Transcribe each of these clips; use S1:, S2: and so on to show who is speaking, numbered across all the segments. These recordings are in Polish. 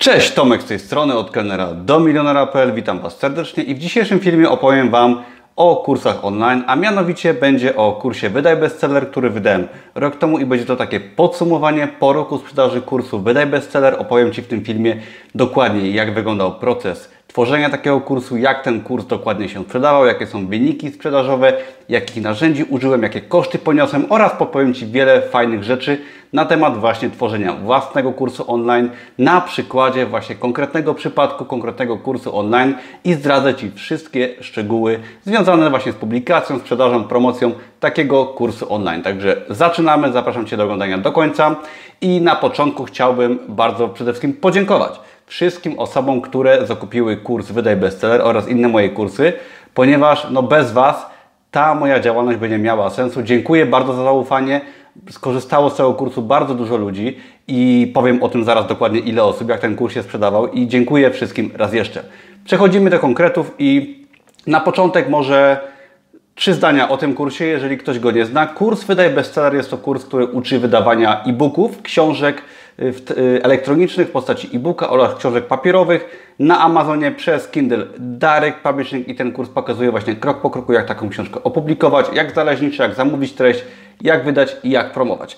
S1: Cześć, Tomek z tej strony, od kelnera do milionera.pl. Witam Was serdecznie i w dzisiejszym filmie opowiem Wam o kursach online, a mianowicie będzie o kursie Wydaj Bestseller, który wydałem rok temu i będzie to takie podsumowanie po roku sprzedaży kursu Wydaj Bestseller. Opowiem Ci w tym filmie dokładnie, jak wyglądał proces tworzenia takiego kursu, jak ten kurs dokładnie się sprzedawał, jakie są wyniki sprzedażowe, jakich narzędzi użyłem, jakie koszty poniosłem oraz podpowiem Ci wiele fajnych rzeczy na temat właśnie tworzenia własnego kursu online na przykładzie właśnie konkretnego przypadku, konkretnego kursu online i zdradzę Ci wszystkie szczegóły związane właśnie z publikacją, sprzedażą, promocją takiego kursu online. Także zaczynamy, zapraszam Cię do oglądania do końca i na początku chciałbym bardzo przede wszystkim podziękować wszystkim osobom, które zakupiły kurs Wydaj Bestseller oraz inne moje kursy, ponieważ bez Was ta moja działalność by nie miała sensu. Dziękuję bardzo za zaufanie. Skorzystało z tego kursu bardzo dużo ludzi i powiem o tym zaraz dokładnie, ile osób, jak ten kurs się sprzedawał i dziękuję wszystkim raz jeszcze. Przechodzimy do konkretów i na początek może 3 zdania o tym kursie, jeżeli ktoś go nie zna. Kurs Wydaj Bestseller jest to kurs, który uczy wydawania e-booków, książek elektronicznych w postaci e-booka oraz książek papierowych na Amazonie przez Kindle Direct Publishing i ten kurs pokazuje właśnie krok po kroku, jak taką książkę opublikować, jak znaleźć niszę, jak zamówić treść, jak wydać i jak promować.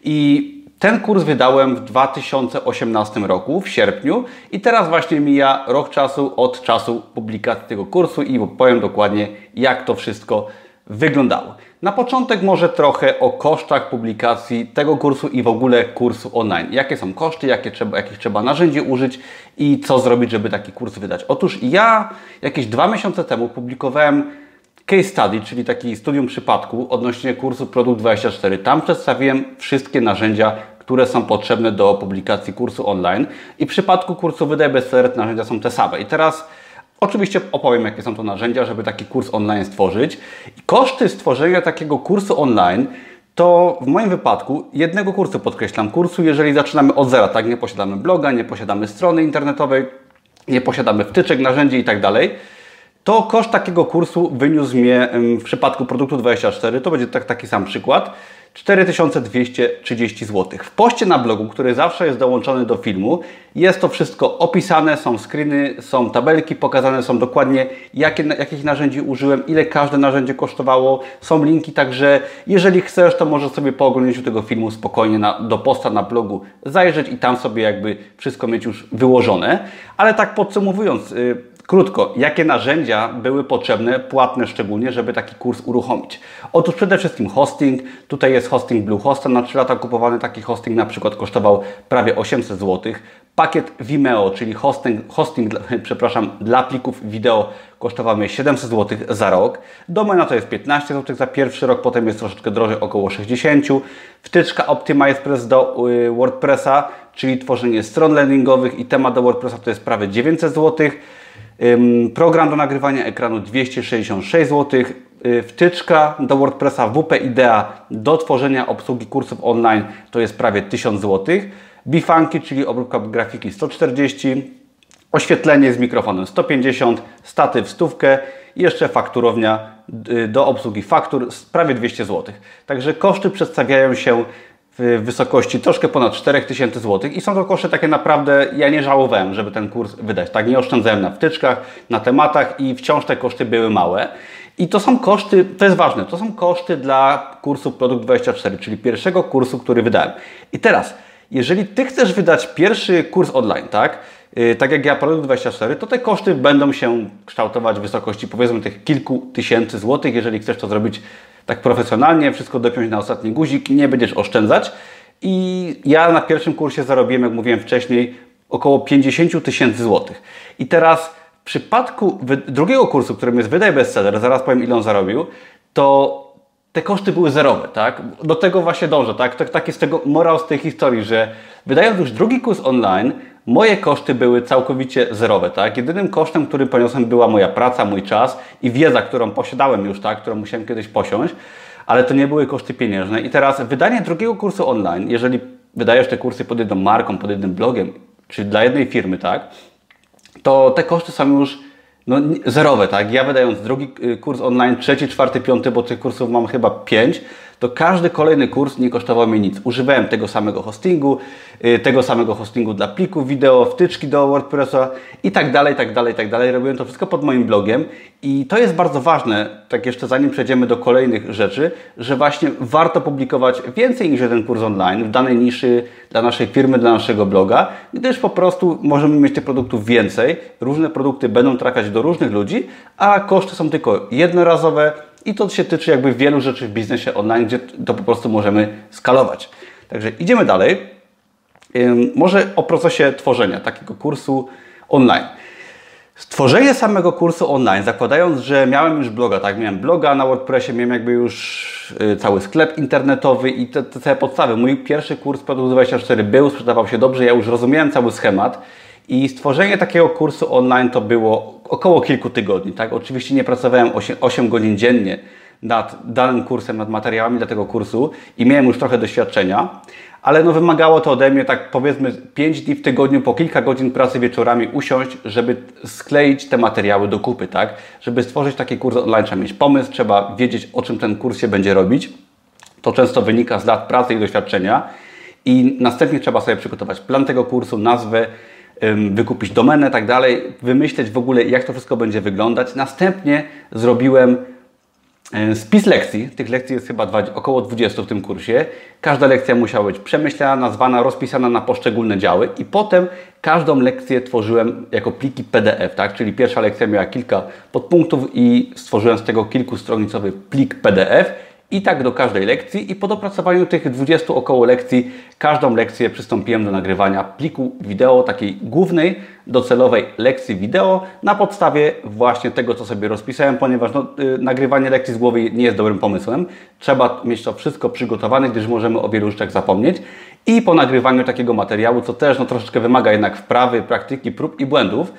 S1: I ten kurs wydałem w 2018 roku, w sierpniu i teraz właśnie mija rok czasu od czasu publikacji tego kursu i powiem dokładnie, jak to wszystko wyglądało. Na początek może trochę o kosztach publikacji tego kursu i w ogóle kursu online. Jakie są koszty, jakich trzeba narzędzi użyć i co zrobić, żeby taki kurs wydać. Otóż ja jakieś 2 miesiące temu publikowałem case study, czyli taki studium przypadku odnośnie kursu Produkt24. Tam przedstawiłem wszystkie narzędzia, które są potrzebne do publikacji kursu online i w przypadku kursu Wydaj Bestseller narzędzia są te same. I teraz oczywiście opowiem, jakie są to narzędzia, żeby taki kurs online stworzyć. I koszty stworzenia takiego kursu online to w moim wypadku, jednego kursu podkreślam, kursu, jeżeli zaczynamy od zera, tak? Nie posiadamy bloga, nie posiadamy strony internetowej, nie posiadamy wtyczek, narzędzi i tak dalej, to koszt takiego kursu wyniósł mnie w przypadku Produktu24, to będzie taki sam przykład, 4230 zł. W poście na blogu, który zawsze jest dołączony do filmu, jest to wszystko opisane, są screeny, są tabelki, pokazane są dokładnie jakich narzędzi użyłem, ile każde narzędzie kosztowało, są linki, także jeżeli chcesz, to możesz sobie po oglądaniu tego filmu spokojnie do posta na blogu zajrzeć i tam sobie jakby wszystko mieć już wyłożone. Ale tak podsumowując, krótko, jakie narzędzia były potrzebne, płatne szczególnie, żeby taki kurs uruchomić? Otóż przede wszystkim hosting. Tutaj jest hosting Bluehosta na 3 lata kupowany. Taki hosting na przykład kosztował prawie 800 zł. Pakiet Vimeo, czyli hosting dla plików wideo kosztował mnie 700 zł za rok. Domena to jest 15 zł za pierwszy rok, potem jest troszeczkę drożej, około 60. Wtyczka OptimizePress do WordPressa, czyli tworzenie stron landingowych i temat do WordPressa to jest prawie 900 zł. Program do nagrywania ekranu 266 zł. Wtyczka do WordPressa WP Idea do tworzenia obsługi kursów online to jest prawie 1000 zł. Bifunky, czyli obróbka grafiki 140. Oświetlenie z mikrofonem 150. Statyw 100 i jeszcze fakturownia do obsługi faktur prawie 200 zł. Także koszty przedstawiają się w wysokości troszkę ponad 4000 zł i są to koszty takie naprawdę, ja nie żałowałem, żeby ten kurs wydać. Tak, nie oszczędzałem na wtyczkach, na tematach i wciąż te koszty były małe. I to są koszty, to jest ważne, to są koszty dla kursu Produkt24, czyli pierwszego kursu, który wydałem. I teraz, jeżeli Ty chcesz wydać pierwszy kurs online, tak jak ja Produkt24, to te koszty będą się kształtować w wysokości powiedzmy tych kilku tysięcy złotych, jeżeli chcesz to zrobić tak profesjonalnie, wszystko dopiąć na ostatni guzik, nie będziesz oszczędzać. I ja na pierwszym kursie zarobiłem, jak mówiłem wcześniej, około 50 tysięcy złotych. I teraz w przypadku drugiego kursu, którym jest Wydaj Bestseller, zaraz powiem, ile on zarobił, to te koszty były zerowe, tak? Do tego właśnie dążę, tak? Taki jest tego morał z tej historii, że wydając już drugi kurs online, moje koszty były całkowicie zerowe, tak? Jedynym kosztem, który poniosłem, była moja praca, mój czas i wiedza, którą posiadałem już, tak? Którą musiałem kiedyś posiąść, ale to nie były koszty pieniężne. I teraz wydanie drugiego kursu online, jeżeli wydajesz te kursy pod jedną marką, pod jednym blogiem, czyli dla jednej firmy, tak? To te koszty są już zerowe, tak? Ja wydając drugi kurs online, trzeci, czwarty, piąty, bo tych kursów mam chyba 5, to każdy kolejny kurs nie kosztował mnie nic. Używałem tego samego hostingu dla plików wideo, wtyczki do WordPressa i tak dalej, tak dalej, tak dalej. Robiłem to wszystko pod moim blogiem i to jest bardzo ważne, tak jeszcze zanim przejdziemy do kolejnych rzeczy, że właśnie warto publikować więcej niż jeden kurs online w danej niszy dla naszej firmy, dla naszego bloga, gdyż po prostu możemy mieć tych produktów więcej, różne produkty będą trafiać do różnych ludzi, a koszty są tylko jednorazowe i to się tyczy jakby wielu rzeczy w biznesie online, gdzie to po prostu możemy skalować. Także idziemy dalej. Może o procesie tworzenia takiego kursu online. Stworzenie samego kursu online, zakładając, że miałem już bloga, tak? Miałem bloga na WordPressie, miałem jakby już cały sklep internetowy i te całe podstawy. Mój pierwszy kurs Produkt 24 był, sprzedawał się dobrze, ja już rozumiałem cały schemat i stworzenie takiego kursu online to było około kilku tygodni, tak? Oczywiście nie pracowałem 8 godzin dziennie nad danym kursem, nad materiałami dla tego kursu i miałem już trochę doświadczenia, ale no wymagało to ode mnie tak powiedzmy 5 dni w tygodniu, po kilka godzin pracy wieczorami usiąść, żeby skleić te materiały do kupy, tak? Żeby stworzyć taki kurs online trzeba mieć pomysł, trzeba wiedzieć, o czym ten kurs się będzie robić. To często wynika z lat pracy i doświadczenia i następnie trzeba sobie przygotować plan tego kursu, nazwę, wykupić domenę, tak dalej, wymyśleć w ogóle, jak to wszystko będzie wyglądać. Następnie zrobiłem spis lekcji. Tych lekcji jest chyba około 20 w tym kursie. Każda lekcja musiała być przemyślana, nazwana, rozpisana na poszczególne działy i potem każdą lekcję tworzyłem jako pliki PDF, tak? Czyli pierwsza lekcja miała kilka podpunktów i stworzyłem z tego kilkustronicowy plik PDF i tak do każdej lekcji i po dopracowaniu tych 20 około lekcji, każdą lekcję przystąpiłem do nagrywania pliku wideo, takiej głównej, docelowej lekcji wideo na podstawie właśnie tego, co sobie rozpisałem, ponieważ nagrywanie lekcji z głowy nie jest dobrym pomysłem. Trzeba mieć to wszystko przygotowane, gdyż możemy o wielu rzeczach zapomnieć i po nagrywaniu takiego materiału, co też troszeczkę wymaga jednak wprawy, praktyki, prób i błędów,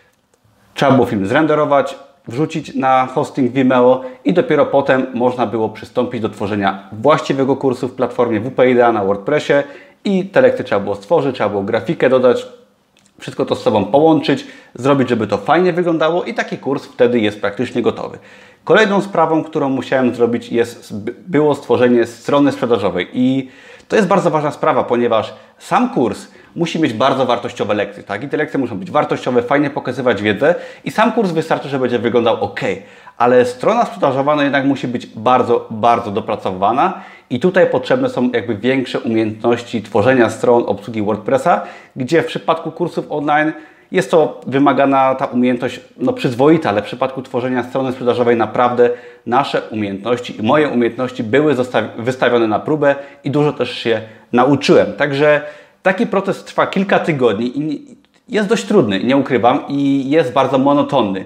S1: trzeba było film zrenderować, wrzucić na hosting Vimeo i dopiero potem można było przystąpić do tworzenia właściwego kursu w platformie WP-IDEA na WordPressie i te lekcje trzeba było stworzyć, trzeba było grafikę dodać, wszystko to z sobą połączyć, zrobić, żeby to fajnie wyglądało i taki kurs wtedy jest praktycznie gotowy. Kolejną sprawą, którą musiałem zrobić było stworzenie strony sprzedażowej i to jest bardzo ważna sprawa, ponieważ sam kurs musi mieć bardzo wartościowe lekcje, tak? I te lekcje muszą być wartościowe, fajnie pokazywać wiedzę i sam kurs wystarczy, że będzie wyglądał ok, ale strona sprzedażowa jednak musi być bardzo, bardzo dopracowana i tutaj potrzebne są jakby większe umiejętności tworzenia stron, obsługi WordPressa, gdzie w przypadku kursów online jest to wymagana ta umiejętność przyzwoita, ale w przypadku tworzenia strony sprzedażowej naprawdę nasze umiejętności i moje umiejętności były wystawione na próbę i dużo też się nauczyłem. Także taki proces trwa kilka tygodni i jest dość trudny, nie ukrywam, i jest bardzo monotonny.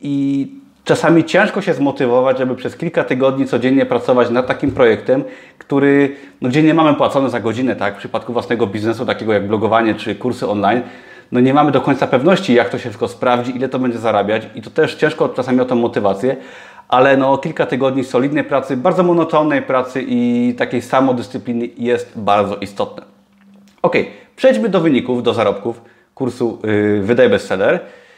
S1: I czasami ciężko się zmotywować, żeby przez kilka tygodni codziennie pracować nad takim projektem, który, gdzie nie mamy płacone za godzinę, tak? W przypadku własnego biznesu, takiego jak blogowanie czy kursy online, nie mamy do końca pewności, jak to się wszystko sprawdzi, ile to będzie zarabiać i to też ciężko czasami o tę motywację, ale kilka tygodni solidnej pracy, bardzo monotonnej pracy i takiej samodyscypliny jest bardzo istotne. Ok, przejdźmy do wyników, do zarobków kursu Wydaj Bestseller.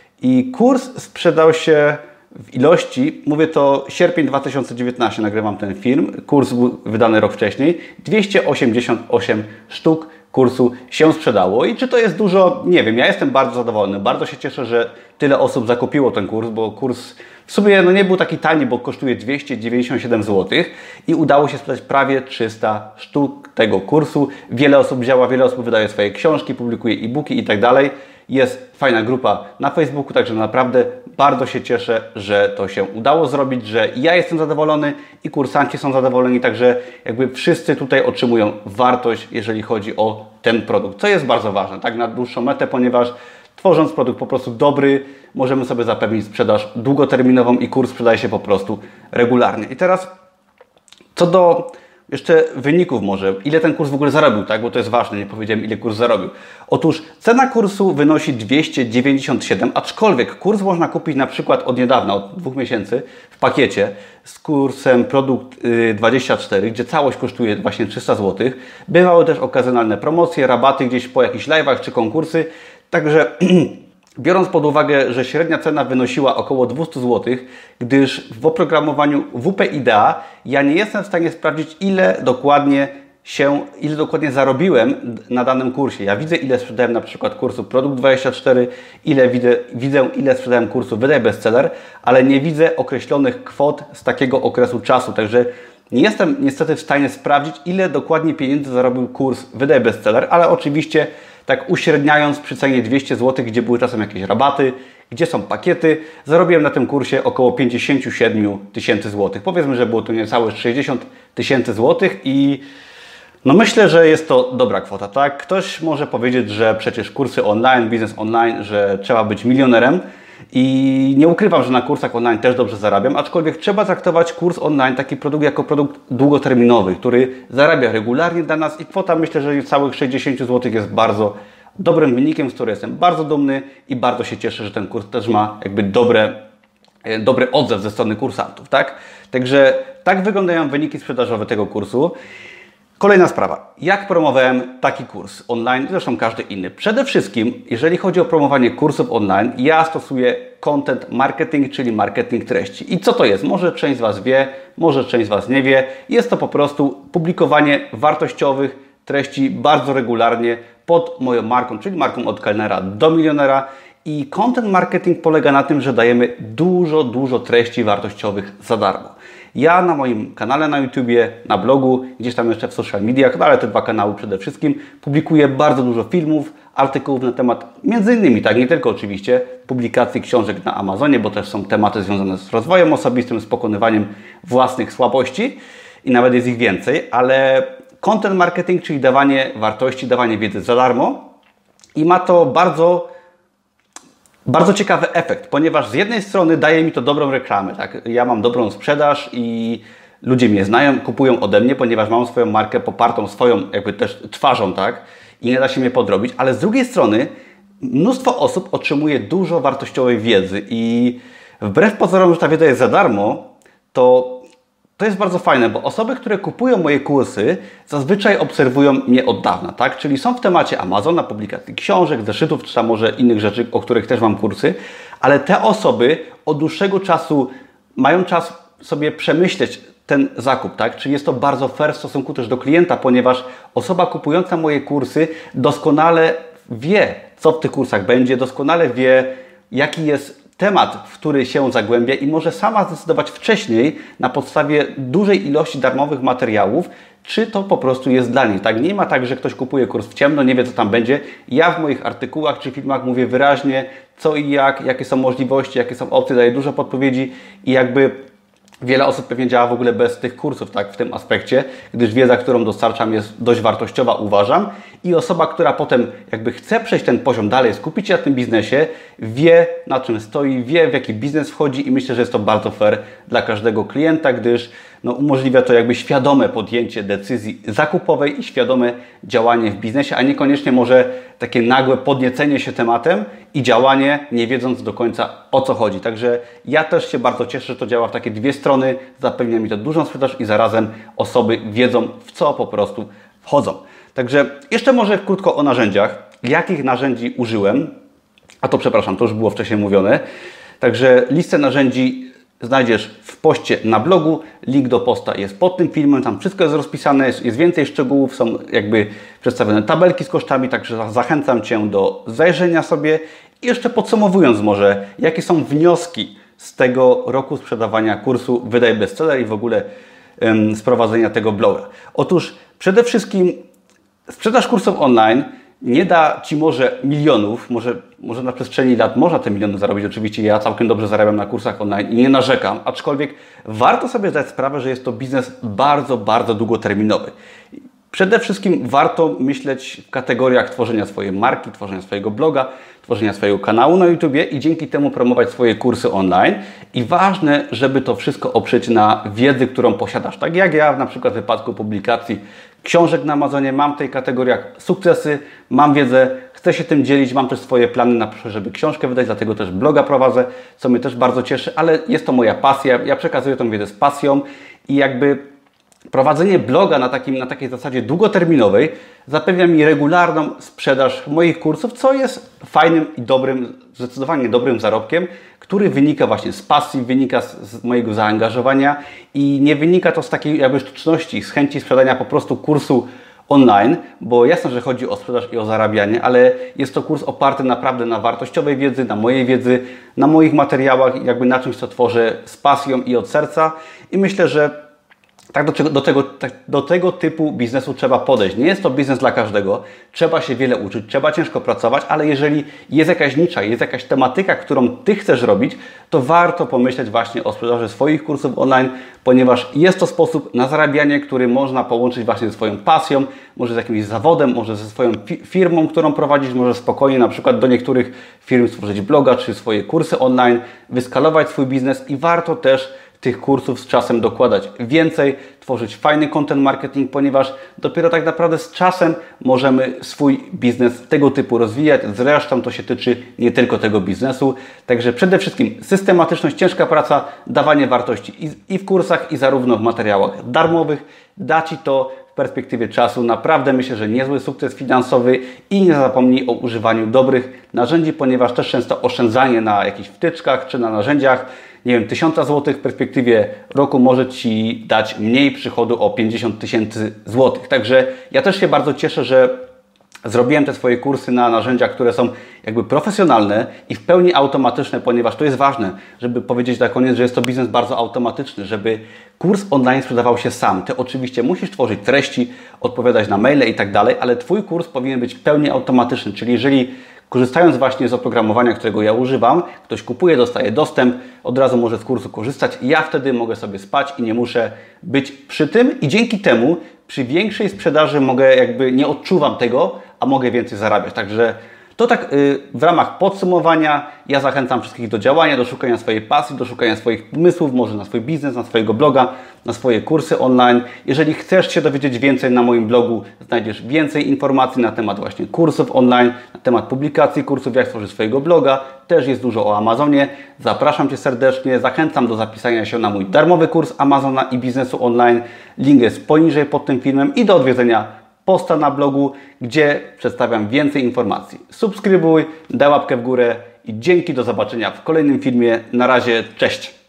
S1: I kurs sprzedał się w ilości, mówię to sierpień 2019, nagrywam ten film, kurs był wydany rok wcześniej, 288 sztuk kursu się sprzedało. I czy to jest dużo? Nie wiem, ja jestem bardzo zadowolony, bardzo się cieszę, że tyle osób zakupiło ten kurs, bo kurs w sumie nie był taki tani, bo kosztuje 297 zł i udało się sprzedać prawie 300 sztuk tego kursu. Wiele osób działa, wiele osób wydaje swoje książki, publikuje e-booki i tak dalej. Jest fajna grupa na Facebooku, także naprawdę bardzo się cieszę, że to się udało zrobić, że ja jestem zadowolony i kursanci są zadowoleni, także jakby wszyscy tutaj otrzymują wartość, jeżeli chodzi o ten produkt, co jest bardzo ważne, tak na dłuższą metę, ponieważ tworząc produkt po prostu dobry, możemy sobie zapewnić sprzedaż długoterminową i kurs sprzedaje się po prostu regularnie. I teraz co do jeszcze wyników może, ile ten kurs w ogóle zarobił, tak? Bo to jest ważne, nie powiedziałem, ile kurs zarobił. Otóż cena kursu wynosi 297, aczkolwiek kurs można kupić na przykład od niedawna, od 2 miesięcy w pakiecie z kursem Produkt 24, gdzie całość kosztuje właśnie 300 zł. Bywały też okazjonalne promocje, rabaty gdzieś po jakichś live'ach czy konkursy, także Biorąc pod uwagę, że średnia cena wynosiła około 200 zł, gdyż w oprogramowaniu WP Idea ja nie jestem w stanie sprawdzić, ile dokładnie zarobiłem na danym kursie. Ja widzę, ile sprzedałem na przykład kursu Produkt24, widzę, ile sprzedałem kursu Wydaj Bestseller, ale nie widzę określonych kwot z takiego okresu czasu. Także nie jestem niestety w stanie sprawdzić, ile dokładnie pieniędzy zarobił kurs Wydaj Bestseller, ale oczywiście tak uśredniając przy cenie 200 zł, gdzie były czasem jakieś rabaty, gdzie są pakiety, zarobiłem na tym kursie około 57 tysięcy złotych. Powiedzmy, że było to niecałe 60 tysięcy złotych i no myślę, że jest to dobra kwota, tak? Ktoś może powiedzieć, że przecież kursy online, biznes online, że trzeba być milionerem i nie ukrywam, że na kursach online też dobrze zarabiam, aczkolwiek trzeba traktować kurs online, taki produkt, jako produkt długoterminowy, który zarabia regularnie dla nas i kwota, myślę, że całych 60 zł jest bardzo dobrym wynikiem, z którego jestem bardzo dumny i bardzo się cieszę, że ten kurs też ma jakby dobry odzew ze strony kursantów, tak? Także tak wyglądają wyniki sprzedażowe tego kursu. Kolejna sprawa. Jak promowałem taki kurs online, zresztą każdy inny? Przede wszystkim, jeżeli chodzi o promowanie kursów online, ja stosuję content marketing, czyli marketing treści. I co to jest? Może część z Was wie, może część z Was nie wie. Jest to po prostu publikowanie wartościowych treści bardzo regularnie pod moją marką, czyli marką od kelnera do milionera. I content marketing polega na tym, że dajemy dużo treści wartościowych za darmo. Ja na moim kanale na YouTubie, na blogu, gdzieś tam jeszcze w social mediach, ale te dwa kanały przede wszystkim, publikuję bardzo dużo filmów, artykułów na temat, między innymi, tak, nie tylko oczywiście, publikacji książek na Amazonie, bo też są tematy związane z rozwojem osobistym, z pokonywaniem własnych słabości i nawet jest ich więcej, ale content marketing, czyli dawanie wartości, dawanie wiedzy za darmo i ma to bardzo ciekawy efekt, ponieważ z jednej strony daje mi to dobrą reklamę, tak? Ja mam dobrą sprzedaż i ludzie mnie znają, kupują ode mnie, ponieważ mam swoją markę popartą swoją jakby też twarzą, tak? I nie da się mnie podrobić, ale z drugiej strony mnóstwo osób otrzymuje dużo wartościowej wiedzy i wbrew pozorom, że ta wiedza jest za darmo, to jest bardzo fajne, bo osoby, które kupują moje kursy, zazwyczaj obserwują mnie od dawna, tak? Czyli są w temacie Amazona, publikacji książek, zeszytów, czy tam może innych rzeczy, o których też mam kursy, ale te osoby od dłuższego czasu mają czas sobie przemyśleć ten zakup, tak? Czyli jest to bardzo fair w stosunku też do klienta, ponieważ osoba kupująca moje kursy doskonale wie, co w tych kursach będzie, doskonale wie, jaki jest temat, w który się zagłębia i może sama zdecydować wcześniej na podstawie dużej ilości darmowych materiałów, czy to po prostu jest dla niej. Tak? Nie ma tak, że ktoś kupuje kurs w ciemno, nie wie, co tam będzie. Ja w moich artykułach czy filmach mówię wyraźnie, co i jak, jakie są możliwości, jakie są opcje, daję dużo podpowiedzi i jakby wiele osób pewnie działa w ogóle bez tych kursów, tak, w tym aspekcie, gdyż wiedza, którą dostarczam, jest dość wartościowa, uważam. I osoba, która potem jakby chce przejść ten poziom dalej, skupić się na tym biznesie, wie, na czym stoi, wie, w jaki biznes wchodzi i myślę, że jest to bardzo fair dla każdego klienta, gdyż no, umożliwia to jakby świadome podjęcie decyzji zakupowej i świadome działanie w biznesie, a niekoniecznie może takie nagłe podniecenie się tematem i działanie, nie wiedząc do końca, o co chodzi. Także ja też się bardzo cieszę, że to działa w takie dwie strony. Zapewnia mi to dużą sprzedaż i zarazem osoby wiedzą, w co po prostu wchodzą. Także jeszcze może krótko o narzędziach. Jakich narzędzi użyłem? A to przepraszam, to już było wcześniej mówione. Także listę narzędzi znajdziesz w poście na blogu. Link do posta jest pod tym filmem. Tam wszystko jest rozpisane, jest więcej szczegółów, są jakby przedstawione tabelki z kosztami, także zachęcam Cię do zajrzenia sobie. I jeszcze podsumowując może, jakie są wnioski z tego roku sprzedawania kursu Wydaj Bestseller i w ogóle sprowadzenia tego bloga. Otóż przede wszystkim sprzedaż kursów online nie da Ci może milionów, może na przestrzeni lat można te miliony zarobić. Oczywiście ja całkiem dobrze zarabiam na kursach online i nie narzekam, aczkolwiek warto sobie zdać sprawę, że jest to biznes bardzo długoterminowy. Przede wszystkim warto myśleć w kategoriach tworzenia swojej marki, tworzenia swojego bloga, tworzenia swojego kanału na YouTubie i dzięki temu promować swoje kursy online. I ważne, żeby to wszystko oprzeć na wiedzy, którą posiadasz. Tak jak ja na przykład w wypadku publikacji książek na Amazonie mam w tej kategoriach sukcesy, mam wiedzę, chcę się tym dzielić, mam też swoje plany na przyszłość, żeby książkę wydać, dlatego też bloga prowadzę, co mnie też bardzo cieszy, ale jest to moja pasja, ja przekazuję tę wiedzę z pasją i jakby Prowadzenie bloga na takiej zasadzie długoterminowej zapewnia mi regularną sprzedaż moich kursów, co jest fajnym i dobrym, zdecydowanie dobrym zarobkiem, który wynika właśnie z pasji, wynika z mojego zaangażowania i nie wynika to z takiej jakby sztuczności, z chęci sprzedania po prostu kursu online, bo jasne, że chodzi o sprzedaż i o zarabianie, ale jest to kurs oparty naprawdę na wartościowej wiedzy, na mojej wiedzy, na moich materiałach, jakby na czymś, co tworzę z pasją i od serca i myślę, że tak do tego typu biznesu trzeba podejść. Nie jest to biznes dla każdego. Trzeba się wiele uczyć, trzeba ciężko pracować, ale jeżeli jest jakaś nicza, jest jakaś tematyka, którą Ty chcesz robić, to warto pomyśleć właśnie o sprzedaży swoich kursów online, ponieważ jest to sposób na zarabianie, który można połączyć właśnie ze swoją pasją, może z jakimś zawodem, może ze swoją firmą, którą prowadzisz, może spokojnie na przykład do niektórych firm stworzyć bloga czy swoje kursy online, wyskalować swój biznes i warto też tych kursów z czasem dokładać więcej, tworzyć fajny content marketing, ponieważ dopiero tak naprawdę z czasem możemy swój biznes tego typu rozwijać. Zresztą to się tyczy nie tylko tego biznesu. Także przede wszystkim systematyczność, ciężka praca, dawanie wartości i w kursach, i zarówno w materiałach darmowych. Da Ci to w perspektywie czasu naprawdę myślę, że niezły sukces finansowy i nie zapomnij o używaniu dobrych narzędzi, ponieważ też często oszczędzanie na jakichś wtyczkach czy na narzędziach, nie wiem, 1000 zł w perspektywie roku może Ci dać mniej przychodu o 50 000 złotych. Także ja też się bardzo cieszę, że zrobiłem te swoje kursy na narzędziach, które są jakby profesjonalne i w pełni automatyczne, ponieważ to jest ważne, żeby powiedzieć na koniec, że jest to biznes bardzo automatyczny, żeby kurs online sprzedawał się sam. Ty oczywiście musisz tworzyć treści, odpowiadać na maile i tak dalej, ale Twój kurs powinien być w pełni automatyczny, czyli jeżeli korzystając właśnie z oprogramowania, którego ja używam, ktoś kupuje, dostaje dostęp, od razu może z kursu korzystać i ja wtedy mogę sobie spać i nie muszę być przy tym i dzięki temu przy większej sprzedaży nie odczuwam tego, a mogę więcej zarabiać. Także to tak w ramach podsumowania ja zachęcam wszystkich do działania, do szukania swojej pasji, do szukania swoich pomysłów, może na swój biznes, na swojego bloga, na swoje kursy online. Jeżeli chcesz się dowiedzieć więcej, na moim blogu znajdziesz więcej informacji na temat właśnie kursów online, na temat publikacji kursów, jak stworzyć swojego bloga. Też jest dużo o Amazonie. Zapraszam Cię serdecznie, zachęcam do zapisania się na mój darmowy kurs Amazona i biznesu online. Link jest poniżej pod tym filmem i do odwiedzenia posta na blogu, gdzie przedstawiam więcej informacji. Subskrybuj, daj łapkę w górę i dzięki, do zobaczenia w kolejnym filmie. Na razie, cześć!